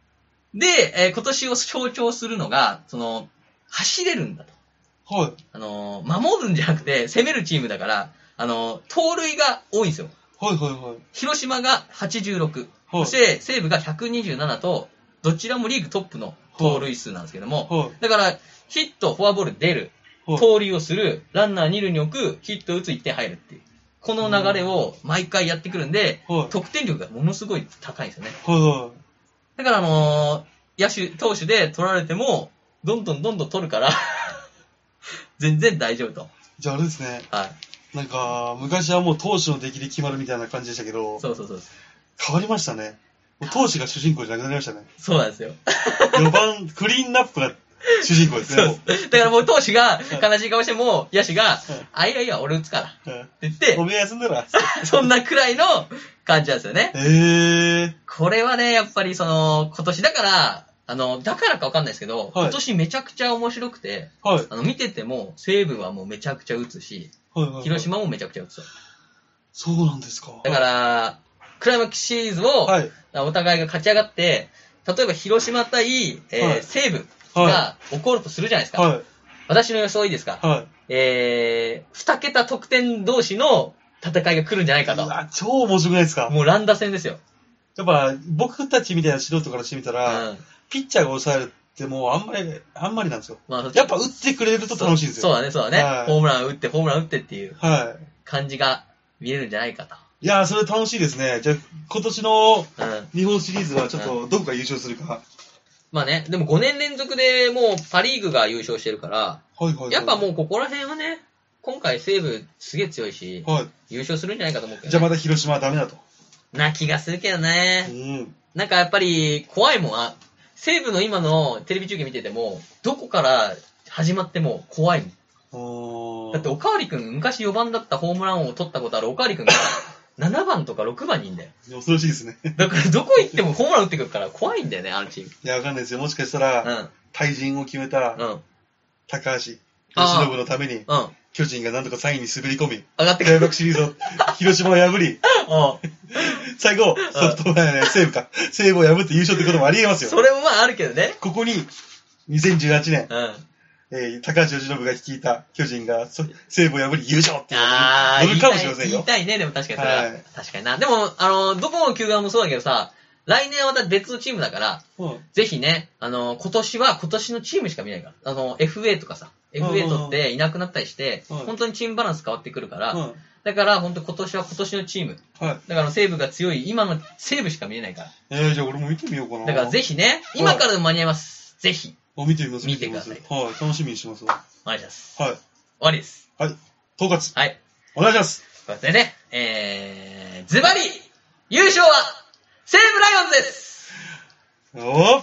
[SPEAKER 2] で、えー、今年を象徴するのが、その、走れるんだと。
[SPEAKER 3] はい。
[SPEAKER 2] あの、守るんじゃなくて、攻めるチームだから、あの、盗塁が多いんですよ。
[SPEAKER 3] はいはいはい。
[SPEAKER 2] 広島がはちじゅうろく。はい、そして、西武がひゃくにじゅうななと、どちらもリーグトップの盗塁数なんですけども、はい、だから、ヒット、フォアボール出る、はい、盗塁をする、ランナー二塁に置く、ヒット打ついってん入るっていう。この流れを毎回やってくるんで、はい、得点力がものすごい高いんですよね。
[SPEAKER 3] はいはい、
[SPEAKER 2] だからあのー、野手、投手で取られても、どんどんどんどん取るから、全然大丈夫と。
[SPEAKER 3] じゃああれですね。
[SPEAKER 2] はい。
[SPEAKER 3] なんか、昔はもう投手の出来で決まるみたいな感じでしたけど、
[SPEAKER 2] そうそうそう。
[SPEAKER 3] 変わりましたね。もう投手が主人公じゃなくなりましたね。
[SPEAKER 2] そうなんですよ。
[SPEAKER 3] よばん、クリーンナップが主人公ですね。
[SPEAKER 2] そうです。だからもう投手が悲しい顔しても、野手が、あ、いやいや、俺打つから。って言って、
[SPEAKER 3] おめえ休んだら。
[SPEAKER 2] そんなくらいの感じなんですよね。
[SPEAKER 3] へー。
[SPEAKER 2] これはね、やっぱりその、今年だから、あの、だからかわかんないですけど、はい、今年めちゃくちゃ面白くて、はい、あの見てても、西武はもうめちゃくちゃ打つし、はいはいはい、広島もめちゃくちゃ打つ。
[SPEAKER 3] そうなんですか。
[SPEAKER 2] だから、クライマックスシリーズを、はい、お互いが勝ち上がって、例えば広島対、えーはい、西武が起こるとするじゃないですか。はい、私の予想いいですか、はい、えー、二桁得点同士の戦いが来るんじゃないかと。
[SPEAKER 3] うわ、超面白くないですか。
[SPEAKER 2] もう乱打戦ですよ。
[SPEAKER 3] やっぱ、僕たちみたいな素人からしてみたら、うん、ピッチャーが抑えるってもうあんまり、あんまりなんですよ。まあ、やっぱ打ってくれると楽しいんですよ。
[SPEAKER 2] そうだね、そうだね、はい。ホームラン打って、ホームラン打ってっていう感じが見えるんじゃないかと。
[SPEAKER 3] いやー、それ楽しいですね。じゃあ、今年の日本シリーズはちょっとどこが優勝するか。うんうん、
[SPEAKER 2] まあね、でもごねん連続でもうパリーグが優勝してるから、はいはいはい、やっぱもうここら辺はね、今回西武すげえ強いし、はい、優勝するんじゃないかと思うけど、ね。
[SPEAKER 3] じゃあまた広島はダメだと。
[SPEAKER 2] な気がするけどね。
[SPEAKER 3] うん、
[SPEAKER 2] なんかやっぱり怖いもん。あ、西武の今のテレビ中継見てても、どこから始まっても怖いもん。だっておかわりくん、昔よばんだったホームランを取ったことあるおかわりくんが、ななばんとかろくばんにいんだよ。
[SPEAKER 3] 恐ろしいですね。
[SPEAKER 2] だからどこ行ってもホームラン打ってくるから怖いんだよね、あのチーム。
[SPEAKER 3] いや、わかんないですよ。もしかしたら、うん、退陣を決めた、うん、高橋由伸のために、うん、巨人がなんとかさんいに滑り込み、
[SPEAKER 2] 上がってくる。
[SPEAKER 3] クライマックスシリーズを広島を破り、最後、ソフトバンク、ね、西武か、西武を破って優勝ってこともありえますよ。
[SPEAKER 2] それもまああるけどね。
[SPEAKER 3] ここに、にせんじゅうはちねん、うんえー、高橋由伸が率いた巨人が西武を破り優勝っていうの乗るかもしれませんよ。
[SPEAKER 2] 言いたいね、でも確かにそれは、はい。確かにな。でも、あの、どこの球団もそうだけどさ、来年はまた別のチームだから、うん、ぜひね、あの、今年は今年のチームしか見ないから。あの、エフエー とかさ、エフエー 取っていなくなったりして、うん、本当にチームバランス変わってくるから、うん、だから本当今年は今年のチーム。はい、だから西武が強い、今の西武しか見えないから。
[SPEAKER 3] えー、じゃあ俺も見てみようかな。
[SPEAKER 2] だからぜひね、今からでも間に合います。はい、ぜひ。
[SPEAKER 3] 見てみます。
[SPEAKER 2] 見てください。
[SPEAKER 3] はい、楽しみにしてますわ。
[SPEAKER 2] お願いします。
[SPEAKER 3] はい。終
[SPEAKER 2] わりです。
[SPEAKER 3] はい。統括。
[SPEAKER 2] はい。
[SPEAKER 3] お願いします。
[SPEAKER 2] こうやってね、えー、ズバリ、優勝は、西武ライオンズです。
[SPEAKER 3] おー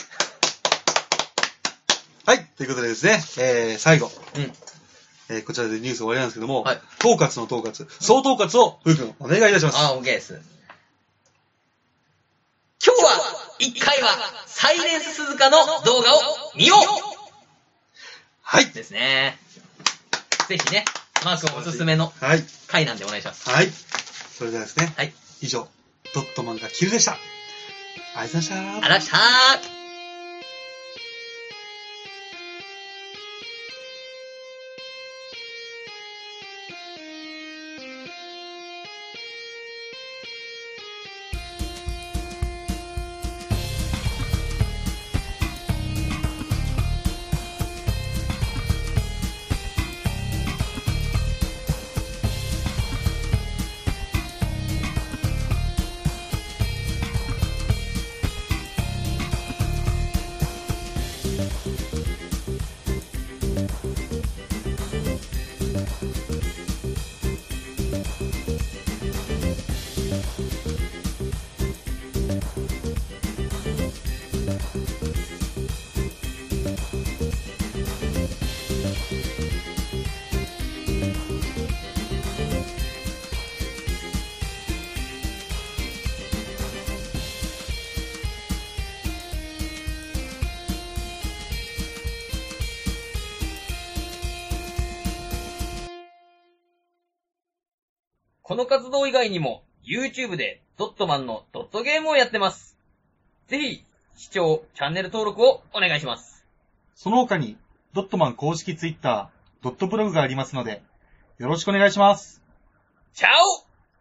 [SPEAKER 3] はい。ということでですね、えー、最後。うん。えー、こちらでニュース終わりなんですけども、はい。統括の統括、総統括を、ふうくん、お願いいたします。
[SPEAKER 2] あ、OK です。今日は、 いっかいはサイレンス鈴鹿の動画を見よう
[SPEAKER 3] はい
[SPEAKER 2] ですね。ぜひね、マー君おすすめの回なんでお願いします。
[SPEAKER 3] はい。それではですね、
[SPEAKER 2] はい、
[SPEAKER 3] 以上、ドットマンがキルでした。ありがとうございました。あり
[SPEAKER 2] がとうございました。この活動以外にも YouTube でドットマンのドットゲームをやってます。ぜひ視聴、チャンネル登録をお願いします。
[SPEAKER 4] その他にドットマン公式 Twitter、ドットブログがありますのでよろしくお願いします。
[SPEAKER 2] チャオ